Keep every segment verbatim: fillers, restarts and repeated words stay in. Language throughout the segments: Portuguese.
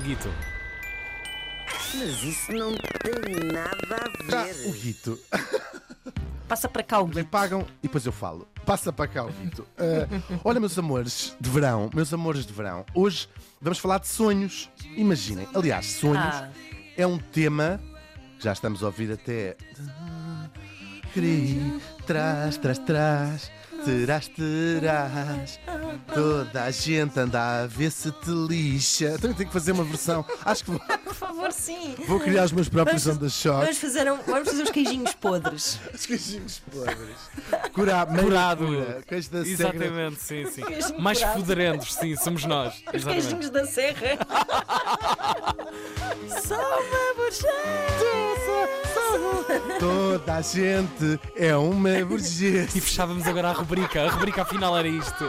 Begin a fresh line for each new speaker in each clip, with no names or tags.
Guito.
Mas isso não tem nada a
Já
ver.
o Guito.
Passa para cá o
Me
Guito.
pagam e depois eu falo. Passa para cá o Guito. Ah, olha, meus amores de verão, meus amores de verão, hoje vamos falar de sonhos. Imaginem, aliás, sonhos
Ah.
é um tema que já estamos a ouvir até. Cri, trás, trás, trás, terás, terás. Toda a gente anda a ver se te lixa. Também tenho que fazer uma versão. Acho que vou,
Por favor, sim.
vou criar os meus próprios
Vamos-
ondas choque.
Vamos fazer, um- vamos fazer os queijinhos podres.
Os queijinhos podres. Curado, meio
Curado.
cura, queijo da Serra.
Exatamente, sim, sim.
Queijinho
Mais
curado.
fedorentos, sim, somos nós.
Os
Exatamente.
queijinhos da serra. Só uma borjeta.
Toda a gente é uma burguesa.
E fechávamos agora a rubrica. A rubrica afinal era isto.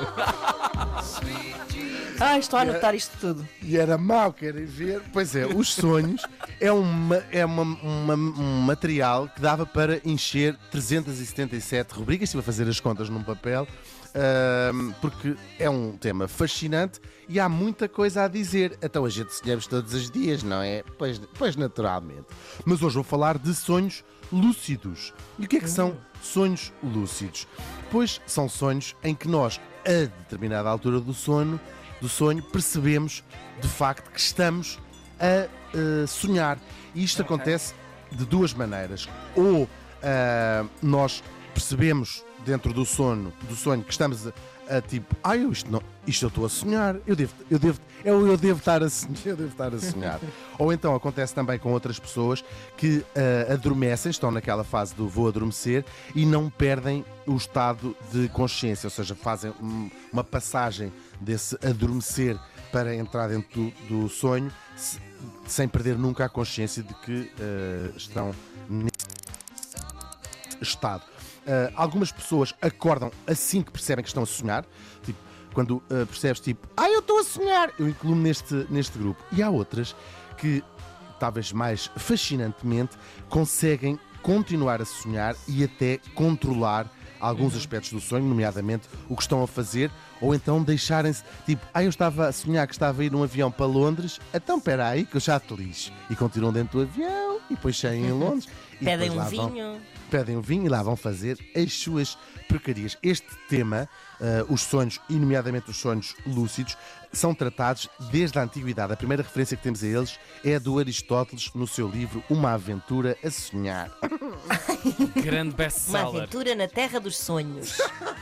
Ah, estou a anotar isto tudo.
E era mau, querem ver? Pois é, os sonhos é, uma, é uma, uma- um material que dava para encher trezentas e setenta e sete rubricas. Estive a fazer as contas num papel, ahm, porque é um tema fascinante e há muita coisa a dizer. Então a gente sonhamos todos os dias, não é? Pois, pois naturalmente. Mas hoje vou falar de sonhos lúcidos. E o que é que são sonhos lúcidos? Pois são sonhos em que nós, a determinada altura do sono, do sonho, percebemos de facto que estamos a eh, sonhar. E isto acontece de duas maneiras. Ou ah, nós percebemos dentro do sono, do sonho que estamos a, a tipo, ah, eu isto, não, isto eu estou a sonhar, eu devo, eu devo, eu, eu devo estar a sonhar, eu devo estar a sonhar. Ou então acontece também com outras pessoas que ah, adormecem, estão naquela fase do vou adormecer e não perdem o estado de consciência, ou seja, fazem um- uma passagem desse adormecer para entrar dentro do, do sonho se- sem perder nunca a consciência de que ah, estão nesse estado. Ah, algumas pessoas acordam assim que percebem que estão a sonhar, tipo, quando ah, percebes tipo, ah, eu estou a sonhar, eu incluo-me neste, neste grupo. E há outras que, talvez mais fascinantemente, conseguem continuar a sonhar e até controlar alguns aspectos do sonho, nomeadamente o que estão a fazer, ou então deixarem-se, tipo, ah, eu estava a sonhar que estava a ir num avião para Londres, então espera aí que eu já te lixo. E continuam dentro do avião, e depois saem em Londres. e
Pedem
depois
um
lá vão-
vinho.
pedem um vinho e lá vão fazer as suas porcarias. Este tema, ah, os sonhos, e nomeadamente os sonhos lúcidos, são tratados desde a antiguidade. A primeira referência que temos a eles é a do Aristóteles no seu livro Uma Aventura a Sonhar.
Grande
Uma
best-seller.
aventura na terra dos sonhos.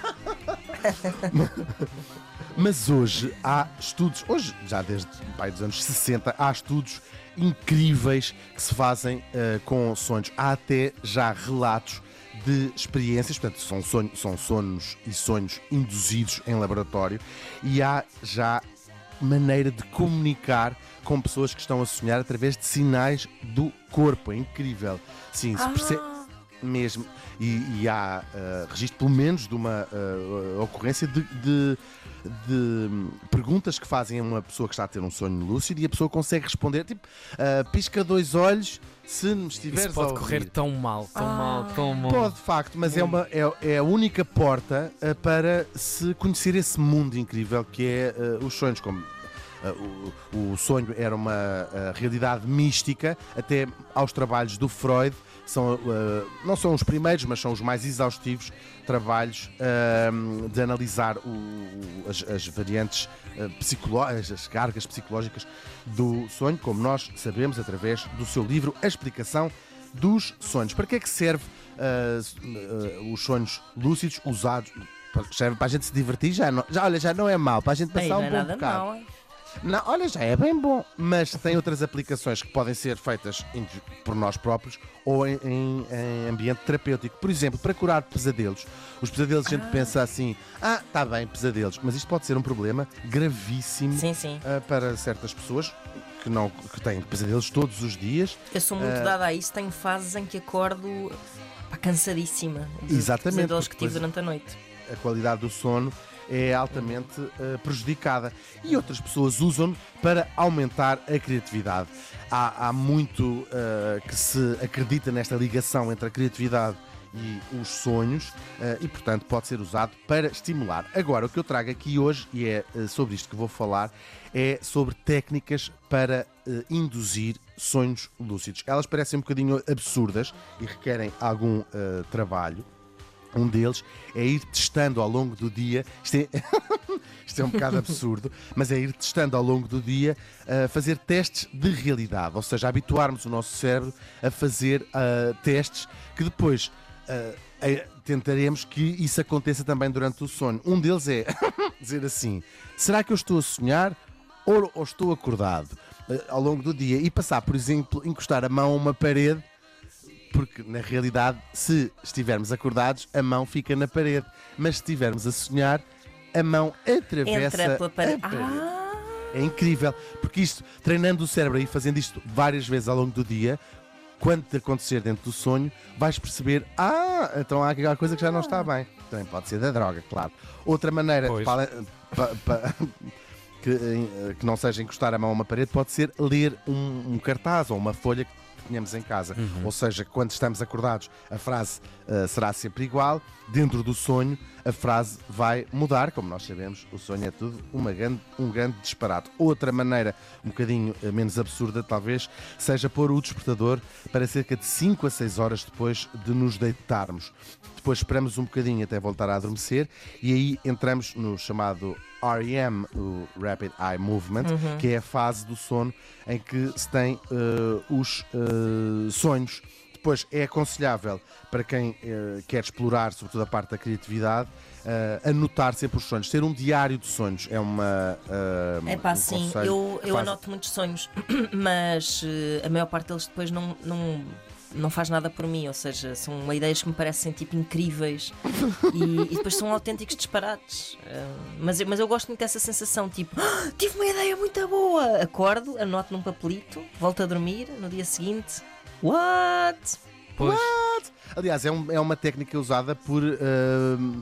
Mas hoje há estudos, hoje já desde pai, dos anos sessenta, há estudos incríveis que se fazem ah, com sonhos. Há até já relatos de experiências, portanto, são, sonho, são sonos e sonhos induzidos em laboratório, e há já maneira de comunicar com pessoas que estão a sonhar através de sinais do corpo. É incrível. Sim, se percebe mesmo. E, e há ah, registro, pelo menos, de uma ah, ocorrência de, de- de, hum, perguntas que fazem a uma pessoa que está a ter um sonho lúcido e a pessoa consegue responder, tipo, ah, pisca dois olhos se me estiveres
Isso pode
a ouvir.
correr tão mal, tão mal, tão mal.
Pode, de facto, mas é, uma, é, é a única porta ah, para se conhecer esse mundo incrível que é ah, os sonhos. Como ah, o, o sonho era uma ah, realidade mística, até aos trabalhos do Freud. São, ah, não são os primeiros, mas são os mais exaustivos trabalhos ah, de analisar o- o- as, as variantes ah, psicológicas, as cargas psicológicas do sonho, como nós sabemos através do seu livro A Explicação dos Sonhos. Para que é que serve ah, s- ah, os sonhos lúcidos usados? Para- Serve para a gente se divertir? Já, não, já, olha, já não é mau, para a gente
Ei,
passar
não
um
é
bom
nada
bocado.
mau, hein?
Não, olha, já é bem bom, mas tem outras aplicações que podem ser feitas indi- por nós próprios ou em, em- em ambiente terapêutico. Por exemplo, para curar pesadelos. Os pesadelos a gente pensa assim, ah, está bem, pesadelos, mas isto pode ser um problema gravíssimo
Sim, sim.
ah, para certas pessoas que, não, que têm pesadelos todos os dias.
Eu sou muito
Ah.
dada a isso. Tenho fases em que acordo pá, cansadíssima. De
Exatamente,
pesadelos que
porque
tive
depois-
durante a noite.
A qualidade do sono é altamente eh, prejudicada. E outras pessoas usam para aumentar a criatividade. Há, há muito eh, que se acredita nesta ligação entre a criatividade e os sonhos uh, e, portanto, pode ser usado para estimular. Agora, o que eu trago aqui hoje, e é uh, sobre isto que vou falar, é sobre técnicas para uh, induzir sonhos lúcidos. Elas parecem um bocadinho absurdas e requerem algum uh, trabalho. Um deles é ir testando ao longo do dia, isto é, isto é um bocado absurdo, mas é ir testando ao longo do dia, uh, fazer testes de realidade, ou seja, habituarmos o nosso cérebro a fazer uh, testes que depois uh, uh, tentaremos que isso aconteça também durante o sono. Um deles é dizer assim: será que eu estou a sonhar ou, ou estou acordado uh, ao longo do dia? E passar, por exemplo, encostar a mão a uma parede. Porque, na realidade, se estivermos acordados, a mão fica na parede. Mas se estivermos a sonhar, a mão atravessa
Entra pela parede.
a parede.
Ah,
É incrível. Porque isto, treinando o cérebro e fazendo isto várias vezes ao longo do dia, quando te acontecer dentro do sonho, vais perceber: ah, então há aquela coisa que já não está bem. Também pode ser da droga, claro. Outra maneira,
Pois.
para- pa- pa- que, que não seja encostar a mão a uma parede, pode ser ler um, um cartaz ou uma folha que tenhamos em casa.
Uhum.
Ou seja, quando estamos acordados, a frase uh, será sempre igual. Dentro do sonho, a frase vai mudar. Como nós sabemos, o sonho é tudo uma grande, um grande disparate. Outra maneira, um bocadinho uh, menos absurda, talvez, seja pôr o despertador para cerca de cinco a seis horas depois de nos deitarmos. Depois esperamos um bocadinho até voltar a adormecer e aí entramos no chamado R E M, o Rapid Eye Movement,
Uhum.
que é a fase do sono em que se tem uh, os uh, sonhos. Depois é aconselhável para quem uh, quer explorar, sobretudo a parte da criatividade, uh, anotar sempre os sonhos. Ter um diário de sonhos é uma. Uh,
é pá,
um
sim,
conselho
eu,
que
eu
faz-
anoto muitos sonhos, mas eh, a maior parte deles depois não, não, não faz nada por mim, ou seja, são ideias que me parecem tipo incríveis e, e depois são autênticos disparates. Eh, mas, eu- mas eu gosto muito dessa sensação, tipo, "Ah, tive uma ideia muito boa! Acordo, anoto num papelito, volto a dormir, no dia seguinte, what?
Pois.
Aliás, é, um- é uma técnica usada por uh, uh,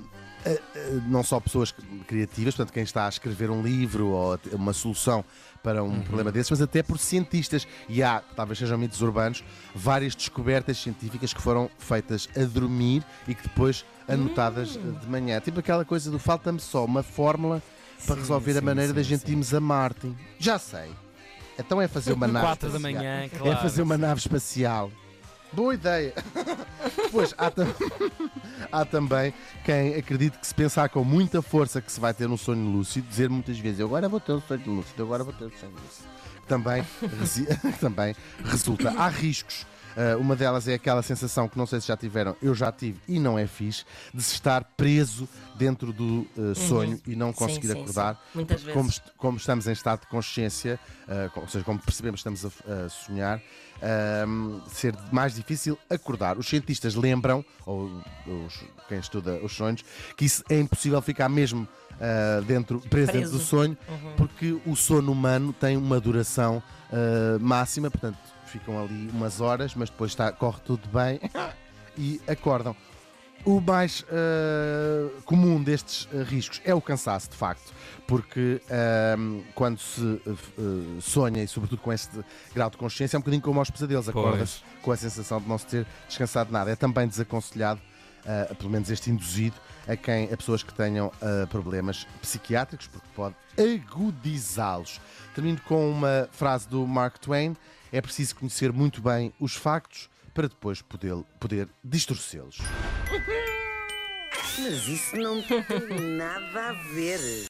uh, não só pessoas criativas, portanto, quem está a escrever um livro ou a ter uma solução para um problema desses, mas até por cientistas. E há, talvez sejam mitos urbanos, várias descobertas científicas que foram feitas a dormir e que depois anotadas uh, de manhã. Tipo aquela coisa do falta-me só uma fórmula para
Sim,
resolver a
sim,
maneira
sim,
da gente
sim.
irmos a Marte. Já sei. Então é fazer uma nave
Quatro da
espacial.
manhã, claro.
É fazer uma nave espacial. Boa ideia! Depois, há, tam- há também quem acredite que se pensar com muita força que se vai ter um sonho lúcido, dizer muitas vezes: eu agora vou ter um sonho lúcido, agora vou ter um sonho lúcido. Também, resi- também resulta. Há riscos. Uh, uma delas é aquela sensação que não sei se já tiveram, eu já tive e não é fixe, de se estar preso dentro do uh, sonho e não
Sim,
conseguir
sim,
acordar.
sim. Muitas
Porque como,
vezes.
est- como estamos em estado de consciência, uh, com- ou seja, como percebemos que estamos a, a sonhar, um, ser mais difícil acordar. Os cientistas lembram, ou os- quem estuda os sonhos, que isso é impossível ficar mesmo uh, dentro, preso, dentro
Preso.
do sonho,
Uhum.
porque o sono humano tem uma duração uh, máxima, portanto ficam ali umas horas, mas depois está, corre tudo bem e acordam. O mais uh, comum destes uh, riscos é o cansaço, de facto, porque um, quando se uh, sonha, e sobretudo com este grau de consciência, é um bocadinho como aos pesadelos, acordas com a sensação de não se ter descansado nada. É também desaconselhado, uh, pelo menos este induzido, a, quem, a pessoas que tenham uh, problemas psiquiátricos, porque pode agudizá-los. Termino com uma frase do Mark Twain: é preciso conhecer muito bem os factos para depois poder, poder distorcê-los.
Mas isso não tem nada a ver.